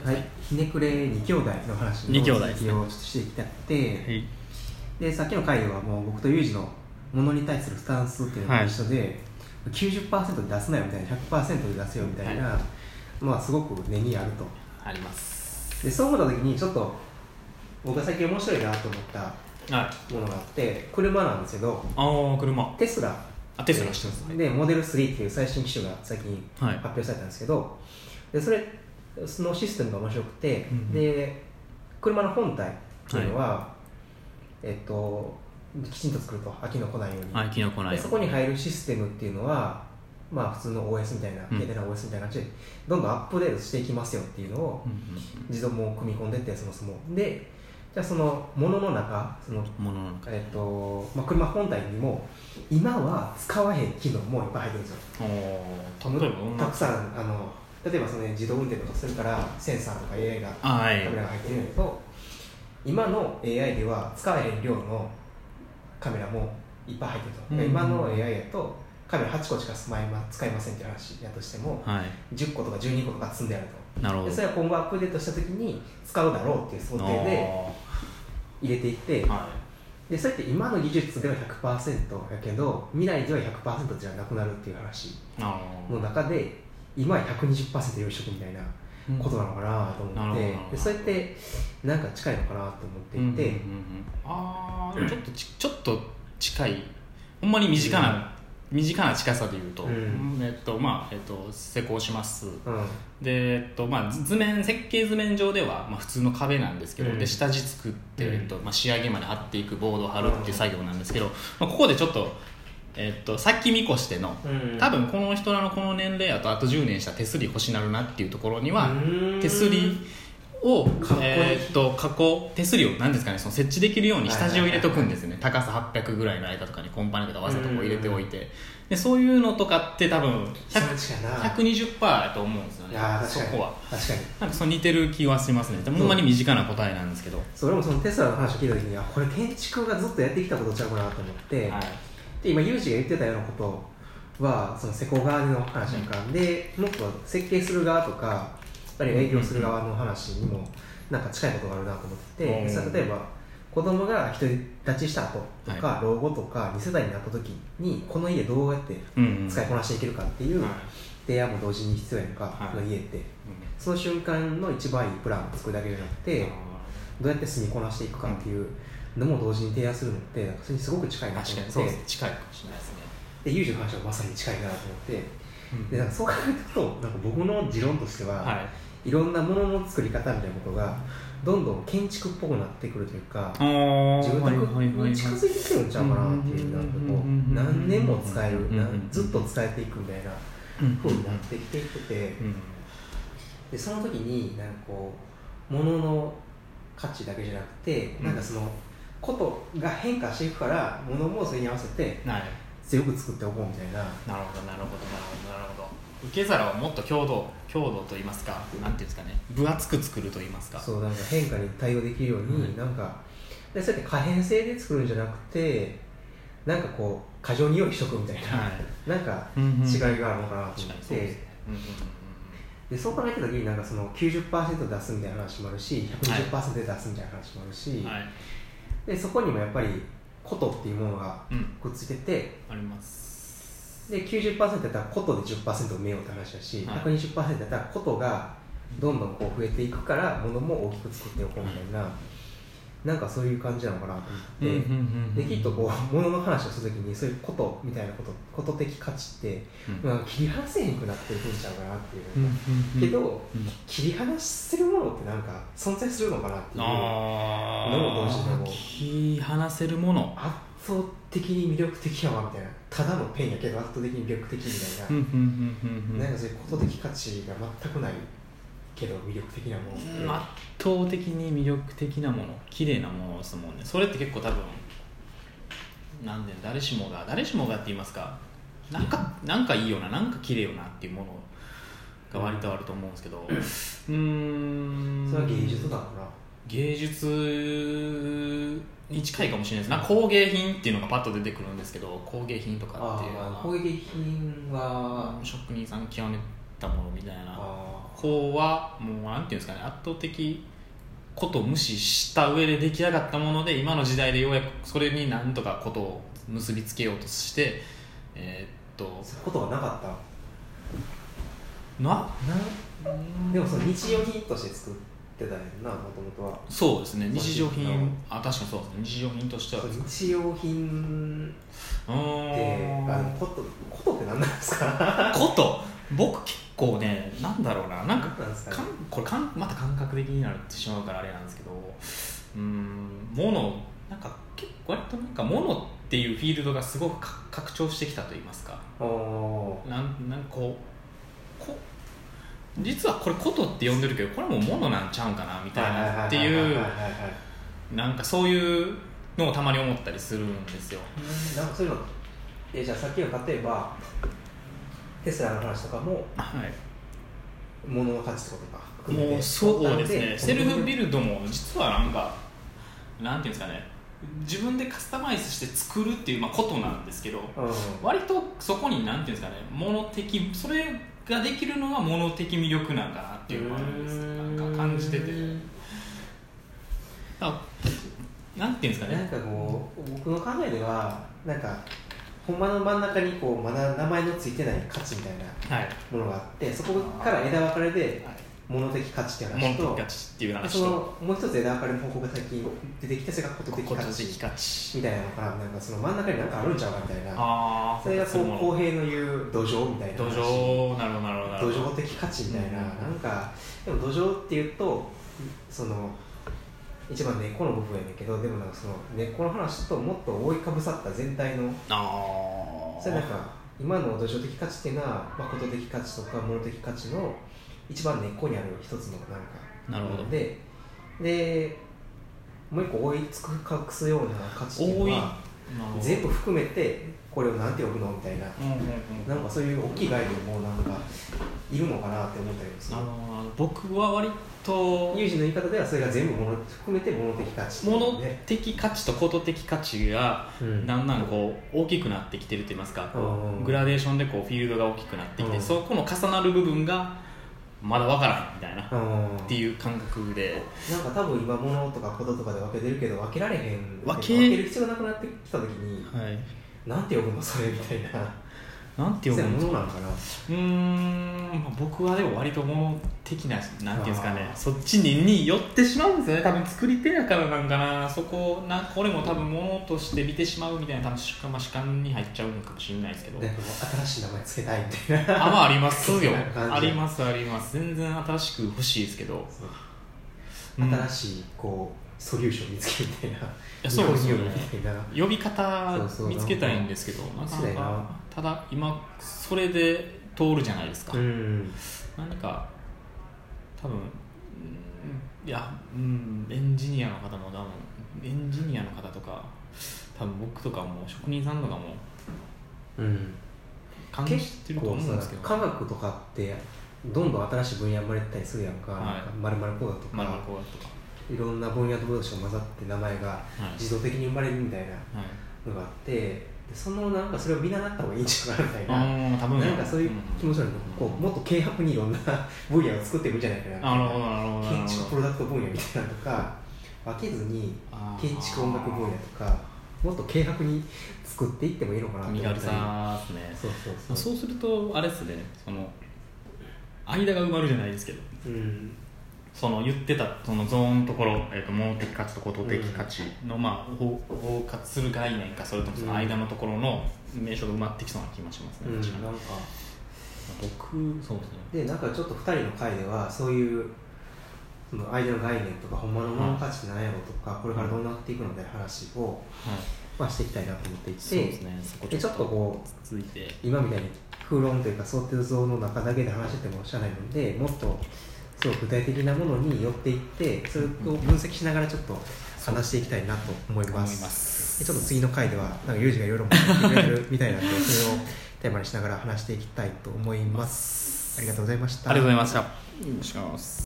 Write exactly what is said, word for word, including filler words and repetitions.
ださい。はい、ひねくれに兄弟の話の続きをちょっとしていきたくて、はい、でさっきの回ではもう僕とユージのものに対するスタンスっていうのが一緒で、はい、きゅうじゅっパーセント で出すなよみたいな ひゃくパーセント で出せよみたいな、はい、まあすごく根にあるとあります。 でそう思った時にちょっと僕が最近面白いなと思ったものがあって、はい、車なんですけど、 あ車テスラあテスラしてますね。 でモデルスリーっていう最新機種が最近発表されたんですけど、はい、でそれそのシステムが面白くて、うん、で車の本体っていうのは、はい、えっときちんと作ると飽きの来ないように、 飽きの来ないようにでそこに入るシステムっていうのはまあ普通の オーエス みたいな、携帯の オーエス みたいな感じでどんどんアップデートしていきますよっていうのを自動も組み込んでってそもそもでじゃあその物の中その物の中、 えっとまあ、車本体にも今は使わへん機能もいっぱい入ってるんですよ。 例えばたくさんあの例えばその、ね、自動運転とかするからセンサーとか エーアイ がカメラが入ってるんだけど、今の エーアイ では使わへん量のカメラもいっぱい入ってると、うんうん、今の エーアイ やとカメラはちこしか使いませんっていう話やとしても、はい、じゅっことかじゅうにことか積んであると。 なるほど。 でそれは今後アップデートした時に使うだろうっていう想定で入れていって、はい、でそれって今の技術では ひゃくパーセント やけど未来では ひゃくパーセント じゃなくなるっていう話の中で今は ひゃくにじゅっパーセント 用意しとくみたいなことなのかなと思って、うん、でそれってなんか近いのかなと思っていて、うんうんうんうん、 あちょっとちちょっと近いほんまに身近な、うん、身近な近さでいうと、うんえっとまあえっと、施工します、うん、で、えっとまあ、図面設計図面上では、まあ、普通の壁なんですけど、うん、で下地作って、うんえっとまあ、仕上げまで貼っていくボードを貼るっていう作業なんですけど、まあ、ここでちょっとえっと、先見越しての、うん、多分この人らのこの年齢やとあとじゅうねんしたら手すり欲しなるなっていうところには手すりをえー、っと加工手すりを何ですかねその設置できるように下地を入れとくんですよね、はいはいはいはい、高さはっぴゃくぐらいの間とかにコンパネとかわざとこう入れておいてでそういうのとかって多分 ひゃくにじゅっパーセント だと思うんですよね。そこは確かになんかそう似てる気はしますね。ほんまに身近な答えなんですけどそれもそのテスラの話を聞いた時にはこれ建築がずっとやってきたことちゃうかなと思って、はいで今ユージが言ってたようなことはその施工側の話なんか、うん、でもっと設計する側とかやっぱり営業する側の話にもなんか近いことがあるなと思ってて、うん、例えば子供が独り立ちした後とか、はい、老後とかに世代になった時にこの家どうやって使いこなしていけるかっていう提案も同時に必要やんか、はい、この家って、うん、その瞬間の一番いいプランを作るだけじゃなくてどうやって住みこなしていくかっていう、うんのも同時に提案するのってなんかそれにすごく近いなと思ってそうです近いかもしれないですね。 でユージの話はまさに近いなと思って、うん、でなんかそう考えていくとなんか僕の持論としては、はい、いろんなものの作り方みたいなことがどんどん建築っぽくなってくるというか住宅に近づいてくるんちゃうかなっていうなんかこう何年も使えるずっと使えていくみたいな風になってきていっててでその時になんかこう物の価値だけじゃなくてなんかそのことが変化していくから物もそれに合わせて強く作っておこうみたいな。 なるほどなるほどなるほどなるほど。受け皿をもっと強度強度といいますかなんていうんですかね分厚く作るといいますかそうなんか変化に対応できるように、うん、なんかでそうやって可変性で作るんじゃなくてなんかこう過剰に用意しとくみたいな、はい、なんか違いがあるのかなと思って、うんうんうんでそう考えた時になんかその きゅうじゅっパーセント 出すみたいな話もあるし ひゃくにじゅっパーセント で出すみたいな話もあるし、はい、でそこにもやっぱりことっていうものがくっついてて、 うん、ありますで きゅうじゅっパーセント やったらことで じゅっパーセント 埋めようって話だし、はい、ひゃくにじゅっパーセント やったらことがどんどんこう増えていくからものも大きく作っておこうみたいな、なんかそういう感じなのかなと思って、できっとこう物の話をするときにそういうことみたいなことこと的価値って、うんまあ、切り離せへんくなってるんちゃうかなっていう、うん、けど、うん、切り離せるものってなんか存在するのかなっていうのも同時に切り離せるもの圧倒的に魅力的やわみたいなただのペンやけど圧倒的に魅力的みたいななんかそういうこと的価値が全くないけど魅力的なもの圧倒的に魅力的なもの綺麗なものですもんね。それって結構多分なんで誰しもが誰しもがって言いますかなんかなんかいいよななんか綺麗よなっていうものが割とあると思うんですけどうーんそれは芸術だから芸術に近いかもしれないです。なんか工芸品っていうのがパッと出てくるんですけど工芸品とかっていうのは工芸品は職人さん極めったものみたいな方はもうなんていうんですかね、圧倒的ことを無視した上で出来上がったもので、今の時代でようやくそれに何とかことを結びつけようとして、えー、っとそういうことはなかったななでもその日用品として作ってたんやな、もともとは。 そうですね、日常品、あ、確かにそうですね、日常品としては日用品ってあのことことって何なんですかこと僕結構ね、なんだろうな、なんかなんですか、ね、 かんこれかんまた感覚的になってしまうからあれなんですけど、うーん、物なんか結構割となんか物っていうフィールドがすごく拡張してきたと言いますか、なんなんかこうこ実はこれことって呼んでるけど、これも物なんちゃうんかなみたいなっていう、なんかそういうのをたまに思ったりするんですよ。 なんかそういうの、えじゃあさっきの例えばテスラの話とかも、はい、物の価値ってことか。 もうそうですね。セルフビルドも実はなんかなんていうんですかね、自分でカスタマイズして作るっていう、まあ、ことなんですけど、うん、割とそこになんていうんですかね、物的それができるのは物的魅力なんかなっていうのがなんか感じてて、なんていうんですかね、 なんかこう僕の考えではなんかほんまの真ん中にこうまだ名前のついてない価値みたいなものがあって、はい、そこから枝分かれで物的価値っていう話と、 物的価値っていう話と、 そのもう一つ枝分かれの方向が最近出てきて、それがこと的価値価値みたいなのかな、なんかその真ん中に何かあるんちゃうかみたいな、あそれがこう公平の言う土壌みたいな話、土壌、なるほどなるほど、 土壌的価値みたいな、うん、なんかでも土壌っていうとその一番根っこの部分やねんけど、でもなんかその根っこの話ともっと覆いかぶさった全体の、あそれなんか今の土壌的価値っていうのは誠的価値とか物的価値の一番根っこにある一つのなんかなので、でもう一個覆いつく隠すような価値っていうのは全部含めてこれをなんて呼ぶのみたいな、うんうんうん、なんかそういう大きい概念もなんかいるのかなって思ったりもする。 あの僕は割と有事の言い方ではそれが全部物含めて物的価値、 ね、物的価値とこと的価値がだんだんこう大きくなってきてると言いますか、うん、グラデーションでこうフィールドが大きくなってきて、うん、そこの重なる部分がまだ分からへんみたいな、うん、っていう感覚で、 なんか多分今物とかこととかで分けてるけど分けられへん、 分け、 分ける必要がなくなってきた時に、はい、なんて呼ぶのそれみたいな、 なんて呼ぶのものなのかな。 うーん、僕はでも割と物的な、なんていうんですかね、そっちにに寄ってしまうんですよね。多分作り手やからなんかな、そこなこれも多分物として見てしまうみたいな、多分主観、まあ、主観に入っちゃうのかもしれないですけど、 でも新しい名前つけたいみたいなあ、まあありますよありますあります、全然新しく欲しいですけど、 新しいこうソリューション見つけるみたいな、いやそうですよね、呼び方見つけたいんですけど、なかなかただ今それで通るじゃないですか、うん、何か多分いや、うん、エンジニアの方も多分エンジニアの方とか多分僕とかも職人さんとかも、うん、感じてると思うんですけど、 科学とかってどんどん新しい分野生まれたりするやんか、はい、〇〇コードとか、 〇〇コードとかいろんな分野と同士が混ざって名前が自動的に生まれるみたいなのがあって、はいはい、そのなんかそれを見習った方がいいんじゃないかみたいな、多分なんかそういう気持ちなので、こうもっと軽薄にいろんな分野を作っていくんじゃないかな、建築プロダクト分野みたいなのとか分けずに建築音楽分野とかもっと軽薄に作っていってもいいのかなと思ったり、身軽さですね。そうそうそう、そうするとあれですね、その間が埋まるじゃないですけど、うん、その言ってたそのゾーンのところ、えー、と物的価値とこと的価値の、うん、まあ包括する概念か、それともその間のところの名称が埋まってきそうな気もしますね、うん、なんか僕そうですね。 でなんかちょっとふたりの回ではそういうその間の概念とかほんまの物価値なんやろとか、これからどうなっていくのみたいな話を、はい、まあ、していきたいなと思っていて、そうですね、そこちょっとちょっとこう続いて今みたいに空論というか想定像の中だけで話しててもしゃあないので、もっとそう具体的なものに寄っていってそれを分析しながらちょっと話していきたいなと思います。 ますでちょっと次の回ではなんかユージがいろいろ持ってくれるみたいなのでそれをテーマにしながら話していきたいと思います。ありがとうございました。 ありがとうございました。お願いします。